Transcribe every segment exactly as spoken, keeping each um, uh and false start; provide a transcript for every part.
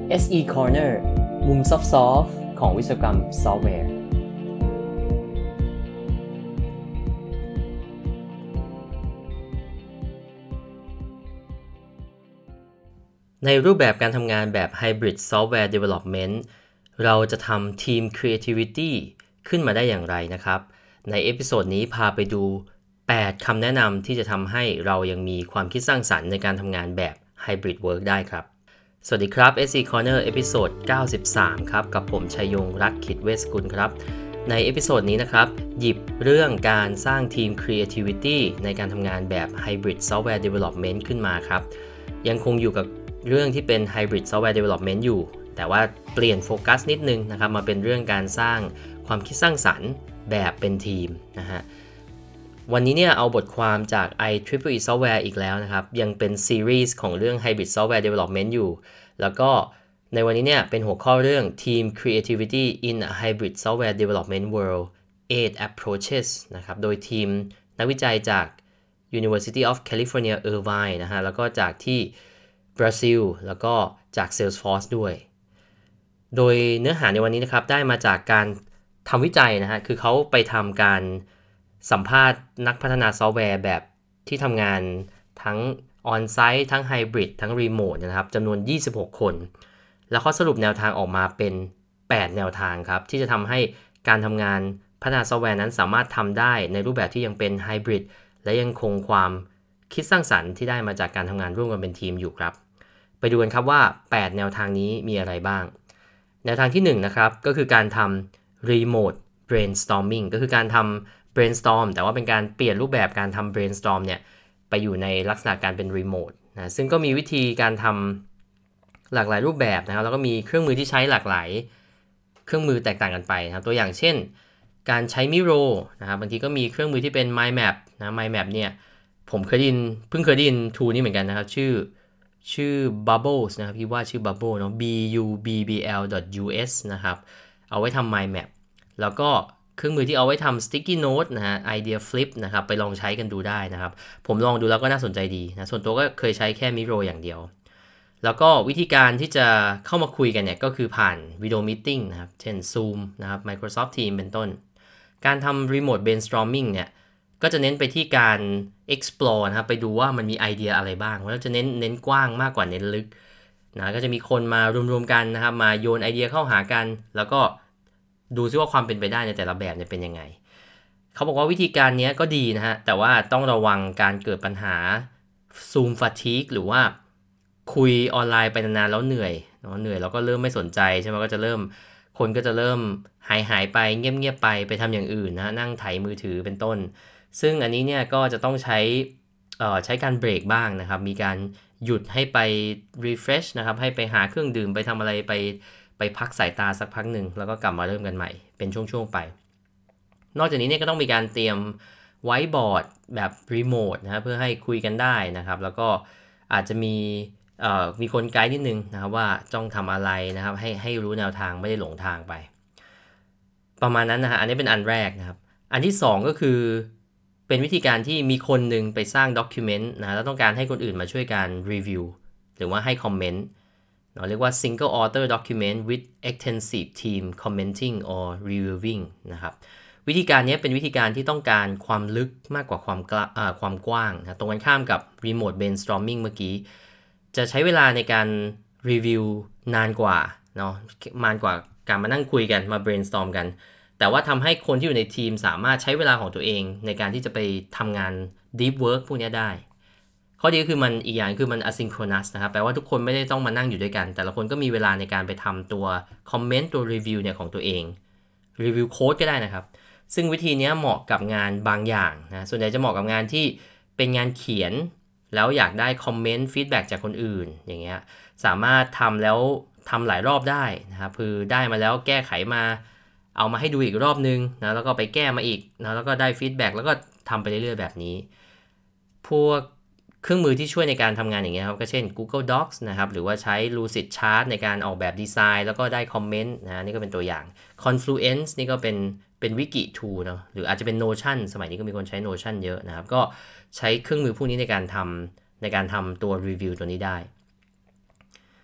เอส อี Corner มุมซอฟต์ๆของวิศวกรรมซอฟต์แวร์ในรูปแบบการทำงานแบบ Hybrid Software Development เราจะทำ Team Creativity ขึ้นมาได้อย่างไรนะครับในเอพิโซดนี้พาไปดูแปดคำแนะนำที่จะทำให้เรายังมีความคิดสร้างสรรค์ในการทำงานแบบ Hybrid Work ได้ครับสวัสดีครับ เอส อี Corner เอพิโซดเก้าสิบสามครับกับผมชัยยงรักขิตเวชกุลครับในเอพิโซดนี้นะครับหยิบเรื่องการสร้าง Team Creativity ในการทำงานแบบ Hybrid Software Development ขึ้นมาครับยังคงอยู่กับเรื่องที่เป็น Hybrid Software Development อยู่แต่ว่าเปลี่ยนโฟกัสนิดนึงนะครับมาเป็นเรื่องการสร้างความคิดสร้างสรรค์แบบเป็นทีมนะฮะวันนี้เนี่ยเอาบทความจาก ไอ ทริปเปิลอี Software อีกแล้วนะครับยังเป็นซีรีส์ของเรื่อง Hybrid Software Development อยู่แล้วก็ในวันนี้เนี่ยเป็นหัวข้อเรื่อง Team Creativity in a Hybrid Software Development World eight Approaches นะครับโดยทีมนักวิจัยจาก University of California Irvine นะฮะแล้วก็จากที่บราซิลแล้วก็จาก Salesforce ด้วยโดยเนื้อหาในวันนี้นะครับได้มาจากการทำวิจัยนะฮะคือเขาไปทำการสัมภาษณ์นักพัฒนาซอฟต์แวร์แบบที่ทำงานทั้ง On-site ทั้ง Hybrid ทั้ง Remote นะครับจำนวนยี่สิบหกคนแล้วเขาสรุปแนวทางออกมาเป็นแปดแนวทางครับที่จะทำให้การทำงานพัฒนาซอฟต์แวร์นั้นสามารถทำได้ในรูปแบบที่ยังเป็น Hybrid และยังคงความคิดสร้างสรรค์ที่ได้มาจากการทำงานร่วมกันเป็นทีมอยู่ครับไปดูกันครับว่าแปดแนวทางนี้มีอะไรบ้างแนวทางที่หนึ่งนะครับก็คือการทำ Remote Brainstorming ก็คือการทำ Brainstorm แต่ว่าเป็นการเปลี่ยนรูปแบบการทำ Brainstorm เนี่ยไปอยู่ในลักษณะการเป็น Remote นะซึ่งก็มีวิธีการทำหลากหลายรูปแบบนะครับแล้วก็มีเครื่องมือที่ใช้หลากหลายเครื่องมือแตกต่างกันไปนะครับตัวอย่างเช่นการใช้ Miro นะครับบางทีก็มีเครื่องมือที่เป็น Mind Map นะ Mind Map เนี่ยผมเคยได้ยินเพิ่งเคยได้ยิน tool นี้เหมือนกันนะครับชื่อชื่อ Bubbles นะครับพี่ว่าชื่อ Bubble เนาะ b u b b l u s นะครับเอาไว้ทำ Mind Map แล้วก็เครื่องมือที่เอาไว้ทำ Sticky Note นะฮะ Idea Flip นะครับไปลองใช้กันดูได้นะครับผมลองดูแล้วก็น่าสนใจดีนะส่วนตัวก็เคยใช้แค่ Miro อย่างเดียวแล้วก็วิธีการที่จะเข้ามาคุยกันเนี่ยก็คือผ่านวิดีโอมีตติ้งนะครับเช่น Zoom นะครับ Microsoft Teams เป็นต้นการทำ Remote Brainstorming เนี่ยก็จะเน้นไปที่การ explore นะครับไปดูว่ามันมีไอเดียอะไรบ้างแล้วจะเน้นเน้นกว้างมากกว่าเน้นลึกนะก็จะมีคนมารวมๆกันนะครับมาโยนไอเดียเข้าหากันแล้วก็ดูซิว่าความเป็นไปได้ในแต่ละแบบเนี่ยเป็นยังไงเขาบอกว่าวิธีการนี้ก็ดีนะฮะแต่ว่าต้องระวังการเกิดปัญหา Zoom fatigue หรือว่าคุยออนไลน์ไปนานๆแล้วเหนื่อยเนาะเหนื่อยแล้วก็เริ่มไม่สนใจใช่ไหมก็จะเริ่มคนก็จะเริ่มหายหายไปเงียบๆไปไปทำอย่างอื่นนะนั่งไถมือถือเป็นต้นซึ่งอันนี้เนี่ยก็จะต้องใช้เอ่อใช้การเบรกบ้างนะครับมีการหยุดให้ไป refresh นะครับให้ไปหาเครื่องดื่มไปทำอะไรไปไปพักสายตาสักพักหนึ่งแล้วก็กลับมาเริ่มกันใหม่เป็นช่วงๆไปนอกจากนี้เนี่ยก็ต้องมีการเตรียมไวท์บอร์ดแบบรีโมทนะครับเพื่อให้คุยกันได้นะครับแล้วก็อาจจะมีเอ่อมีคนไกด์นิดนึงนะครับว่าจ้องทำอะไรนะครับให้ให้รู้แนวทางไม่ได้หลงทางไปประมาณนั้นนะฮะอันนี้เป็นอันแรกนะครับอันที่สองก็คือเป็นวิธีการที่มีคนหนึ่งไปสร้างด็อกิเมนต์นะแล้วต้องการให้คนอื่นมาช่วยการรีวิวหรือว่าให้คอมเมนต์เราเรียกว่า single author document with extensive team commenting or reviewing นะครับวิธีการนี้เป็นวิธีการที่ต้องการความลึกมากกว่าความกอ่าความกว้างนะตรงกันข้ามกับ remote brainstorming เมื่อกี้จะใช้เวลาในการรีวิวนานกว่าเนาะนานกว่าการมานั่งคุยกันมา brainstorm กันแต่ว่าทำให้คนที่อยู่ในทีมสามารถใช้เวลาของตัวเองในการที่จะไปทำงาน deep work พวกนี้ได้ข้อดีก็คือมันอีกอย่างคือมัน asynchronous นะครับแปลว่าทุกคนไม่ได้ต้องมานั่งอยู่ด้วยกันแต่ละคนก็มีเวลาในการไปทำตัว comment ตัว review เนี่ยของตัวเอง review code ก็ได้นะครับซึ่งวิธีนี้เหมาะกับงานบางอย่างนะส่วนใหญ่จะเหมาะกับงานที่เป็นงานเขียนแล้วอยากได้คอมเมนต์ฟีดแบ็กจากคนอื่นอย่างเงี้ยสามารถทำแล้วทำหลายรอบได้นะครับคือได้มาแล้วแก้ไขมาเอามาให้ดูอีกรอบนึงนะแล้วก็ไปแก้มาอีกนะแล้วก็ได้ฟีดแบ็กแล้วก็ทำไปเรื่อยๆแบบนี้พวกเครื่องมือที่ช่วยในการทำงานอย่างเงี้ยครับก็เช่น Google Docs นะครับหรือว่าใช้ Lucid Chart ในการออกแบบดีไซน์แล้วก็ได้คอมเมนต์นะนี่ก็เป็นตัวอย่าง Confluence นี่ก็เป็นเป็นวิกิ tool เนาะหรืออาจจะเป็น Notion สมัยนี้ก็มีคนใช้ Notion เยอะนะครับก็ใช้เครื่องมือพวกนี้ในการทำในการทำตัวรีวิวตัวนี้ได้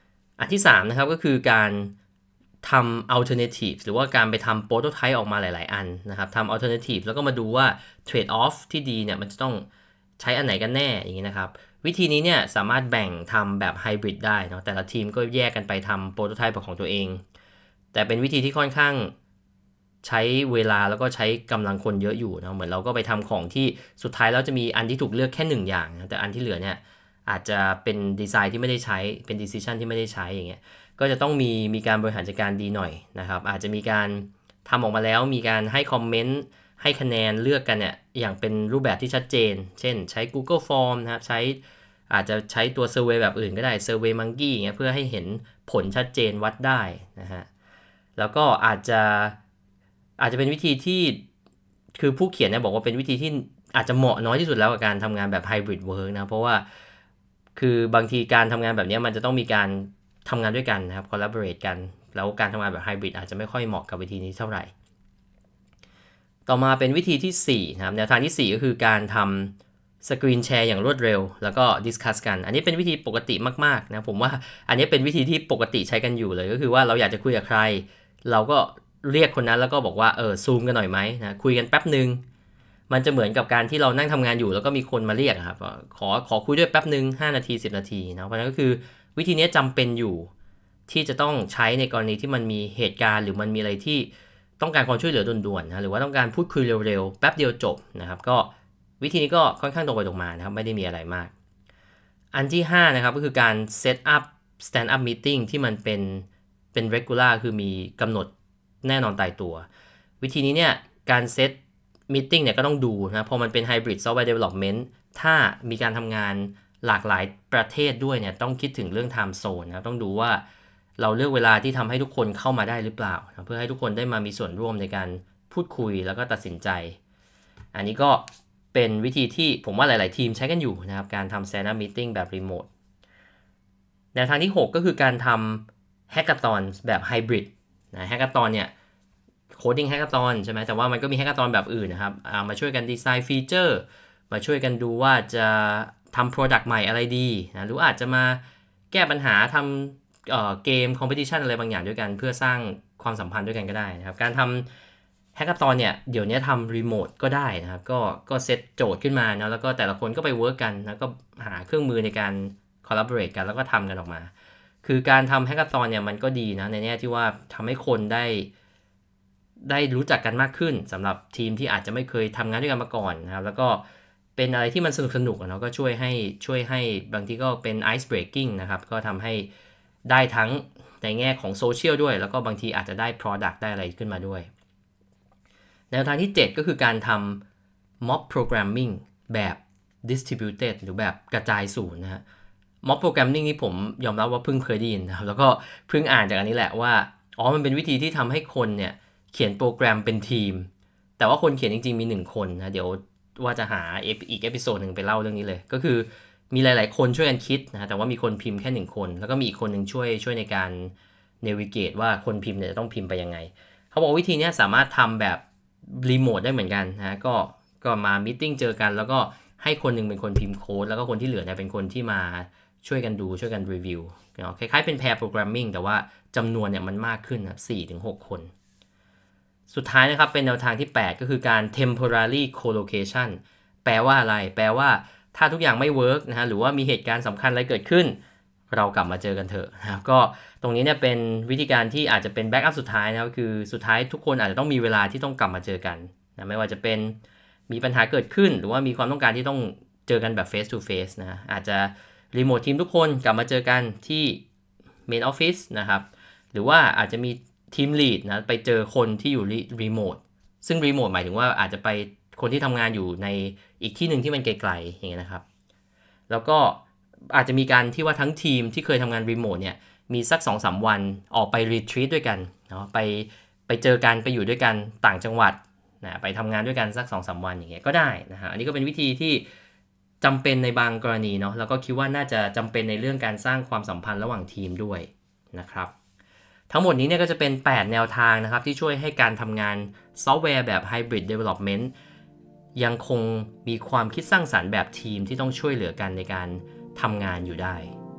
อันที่สามนะครับก็คือการทำ alternative หรือว่าการไปทำ prototype ออกมาหลายๆอันนะครับทำ alternative แล้วก็มาดูว่า trade off ที่ดีเนี่ยมันจะต้องใช้อันไหนกันแน่อย่างนี้นะครับวิธีนี้เนี่ยสามารถแบ่งทำแบบ hybrid ได้เนาะแต่ละทีมก็แยกกันไปทำ prototype ของตัวเองแต่เป็นวิธีที่ค่อนข้างใช้เวลาแล้วก็ใช้กำลังคนเยอะอยู่นะเหมือนเราก็ไปทำของที่สุดท้ายแล้วจะมีอันที่ถูกเลือกแค่หนึ่งอย่างนะแต่อันที่เหลือเนี่ยอาจจะเป็นดีไซน์ที่ไม่ได้ใช้เป็น decision ที่ไม่ได้ใช้อย่างเงี้ยก็จะต้องมีมีการบริหารจัดการดีหน่อยนะครับอาจจะมีการทำออกมาแล้วมีการให้คอมเมนต์ให้คะแนนเลือกกันเนี่ยอย่างเป็นรูปแบบที่ชัดเจนเช่นใช้ Google Form นะครับใช้อาจจะใช้ตัว Survey แบบอื่นก็ได้ Survey Monkey อย่างเงี้ยเพื่อให้เห็นผลชัดเจนวัดได้นะฮะแล้วก็อาจจะอาจจะเป็นวิธีที่คือผู้เขียนเนี่ยบอกว่าเป็นวิธีที่อาจจะเหมาะน้อยที่สุดแล้วกับการทำงานแบบ Hybrid Work นะเพราะว่าคือบางทีการทำงานแบบนี้มันจะต้องมีการทำงานด้วยกันนะครับ collaborate กันแล้วการทำงานแบบ Hybrid อาจจะไม่ค่อยเหมาะกับวิธีนี้เท่าไหร่ต่อมาเป็นวิธีที่สี่นะครับแนวทางที่สี่ก็คือการทำสกรีนแชร์อย่างรวดเร็วแล้วก็ดิสคัสกันอันนี้เป็นวิธีปกติมากๆนะผมว่าอันนี้เป็นวิธีที่ปกติใช้กันอยู่เลยก็คือว่าเราอยากจะคุยกับใครเราก็เรียกคนนั้นแล้วก็บอกว่าเออซูมกันหน่อยไหมนะคุยกันแป๊บนึงมันจะเหมือนกับการที่เรานั่งทำงานอยู่แล้วก็มีคนมาเรียกครับขอขอคุยด้วยแป๊บนึงห้านาทีสิบนาทีนะเพราะนั้นก็คือวิธีนี้จำเป็นอยู่ที่จะต้องใช้ในกรณีที่มันมีเหตุการณ์หรือมันมีอะไรที่ต้องการความช่วยเหลือด่วนๆนะหรือว่าต้องการพูดคุยเร็วๆแป๊บเดียวจบนะครับก็วิธีนี้ก็ค่อนข้างตรงไปตรงมานะครับไม่ได้มีอะไรมากอันที่ห้านะครับก็คือการ set up stand up meeting ที่มันเป็นเป็น regular คือมีกำหนดแน่นอนตายตัววิธีนี้เนี่ยการเซตมีตติ้งเนี่ยก็ต้องดูนะพอมันเป็น hybrid software development ถ้ามีการทำงานหลากหลายประเทศด้วยเนี่ยต้องคิดถึงเรื่อง time zone นะต้องดูว่าเราเลือกเวลาที่ทำให้ทุกคนเข้ามาได้หรือเปล่านะเพื่อให้ทุกคนได้มามีส่วนร่วมในการพูดคุยแล้วก็ตัดสินใจอันนี้ก็เป็นวิธีที่ผมว่าหลายๆทีมใช้กันอยู่นะครับการทำ stand up meeting แบบรีโมทแนวทางที่หกก็คือการทำ hackathon แบบไฮบริดนะ hackathon เนี่ยโคดิ้งแฮกเกอร์ตอนใช่ไหมแต่ว่ามันก็มีแฮกเกอร์ตอนแบบอื่นนะครับมาช่วยกันดีไซน์ฟีเจอร์มาช่วยกันดูว่าจะทำ Product ใหม่อะไรดีนะหรืออาจจะมาแก้ปัญหาทำเอ่อเกมคอมเพติชันอะไรบางอย่างด้วยกันเพื่อสร้างความสัมพันธ์ด้วยกันก็ได้นะครับการทำแฮกเกอร์ตอนเนี่ยเดี๋ยวนี้ทำรีโมทก็ได้นะครับก็ก็เซตโจทย์ขึ้นมานะแล้วก็แต่ละคนก็ไปเวิร์กกันแล้วก็หาเครื่องมือในการ collaborate กันแล้วก็ทำกันออกมาคือการทำแฮกเกอร์ตอนเนี่ยมันก็ดีนะในแง่ที่ว่าทำให้คนได้ได้รู้จักกันมากขึ้นสำหรับทีมที่อาจจะไม่เคยทำงานด้วยกันมาก่อนนะครับแล้วก็เป็นอะไรที่มันสนุกสนุกเนาะก็ช่วยให้ช่วยให้บางทีก็เป็น ice breaking นะครับก็ทำให้ได้ทั้งในแง่ของโซเชียลด้วยแล้วก็บางทีอาจจะได้ product ได้อะไรขึ้นมาด้วยแนวทางที่เจ็ดก็คือการทำ mob programming แบบ distributed หรือแบบกระจายศูนย์นะฮะ mob programming นี่ผมยอมรับว่าเพิ่งเคยได้ยินนะครับแล้วก็เพิ่งอ่านจากอันนี้แหละว่าอ๋อมันเป็นวิธีที่ทำให้คนเนี่ยเขียนโปรแกรมเป็นทีมแต่ว่าคนเขียนจริงๆมีหนึ่งคนนะเดี๋ยวว่าจะหาอีกเอพิโซดหนึ่งไปเล่าเรื่องนี้เลยก็คือมีหลายๆคนช่วยกันคิดนะแต่ว่ามีคนพิมพ์แค่หนึ่งคนแล้วก็มีอีกคนหนึ่งช่วยช่วยในการ navigate ว่าคนพิมพ์เนี่ยจะต้องพิมพ์ไปยังไงเขาบอกวิธีนี้สามารถทำแบบรีโมทได้เหมือนกันนะก็ก็มามีตติ้งเจอกันแล้วก็ให้คนนึงเป็นคนพิมพ์โค้ดแล้วก็คนที่เหลือเนี่ยเป็นคนที่มาช่วยกันดูช่วยกันรีวิวเนาะคล้ายๆเป็น pair programming แต่ว่าจำนวนเนี่ยมันมากขึ้นนะ สี่ถึงหก คนสุดท้ายนะครับเป็นแนวทางที่แปดก็คือการ temporary collocation แปลว่าอะไรแปลว่าถ้าทุกอย่างไม่เวิร์กนะฮะหรือว่ามีเหตุการณ์สำคัญอะไรเกิดขึ้นเรากลับมาเจอกันเถอะนะครับก็ตรงนี้เนี่ยเป็นวิธีการที่อาจจะเป็นแบ็กอัพสุดท้ายนะครับคือสุดท้ายทุกคนอาจจะต้องมีเวลาที่ต้องกลับมาเจอกันนะไม่ว่าจะเป็นมีปัญหาเกิดขึ้นหรือว่ามีความต้องการที่ต้องเจอกันแบบ face to face นะอาจจะรีโมททีมทุกคนกลับมาเจอกันที่ main office นะครับหรือว่าอาจจะมีทีมลีดนะไปเจอคนที่อยู่รีโมทซึ่งรีโมทหมายถึงว่าอาจจะไปคนที่ทำงานอยู่ในอีกที่หนึ่งที่มันไกลๆอย่างเงี้ยนะครับแล้วก็อาจจะมีการที่ว่าทั้งทีมที่เคยทำงานรีโมทเนี่ยมีสัก สองถึงสาม วันออกไปรีทรีตด้วยกันเนาะไปไปเจอกันไปอยู่ด้วยกันต่างจังหวัดนะไปทำงานด้วยกันสัก สองถึงสาม วันอย่างเงี้ยก็ได้นะฮะอันนี้ก็เป็นวิธีที่จำเป็นในบางกรณีเนาะแล้วก็คิดว่าน่าจะจำเป็นในเรื่องการสร้างความสัมพันธ์ระหว่างทีมด้วยนะครับทั้งหมดนี้เนี่ยก็จะเป็นแปดแนวทางนะครับที่ช่วยให้การทำงานซอฟต์แวร์แบบ Hybrid Development ยังคงมีความคิดสร้างสรรค์แบบทีมที่ต้องช่วยเหลือกันในการทำงานอยู่ได้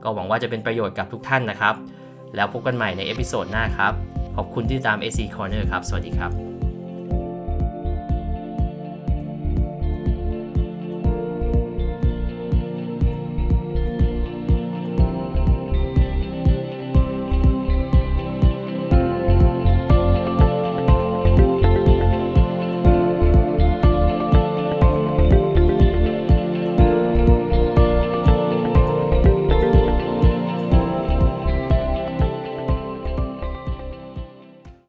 ก็หวังว่าจะเป็นประโยชน์กับทุกท่านนะครับแล้วพบกันใหม่ในเอพิโซดหน้าครับขอบคุณที่ติดตาม เอ ซี Corner ครับสวัสดีครับ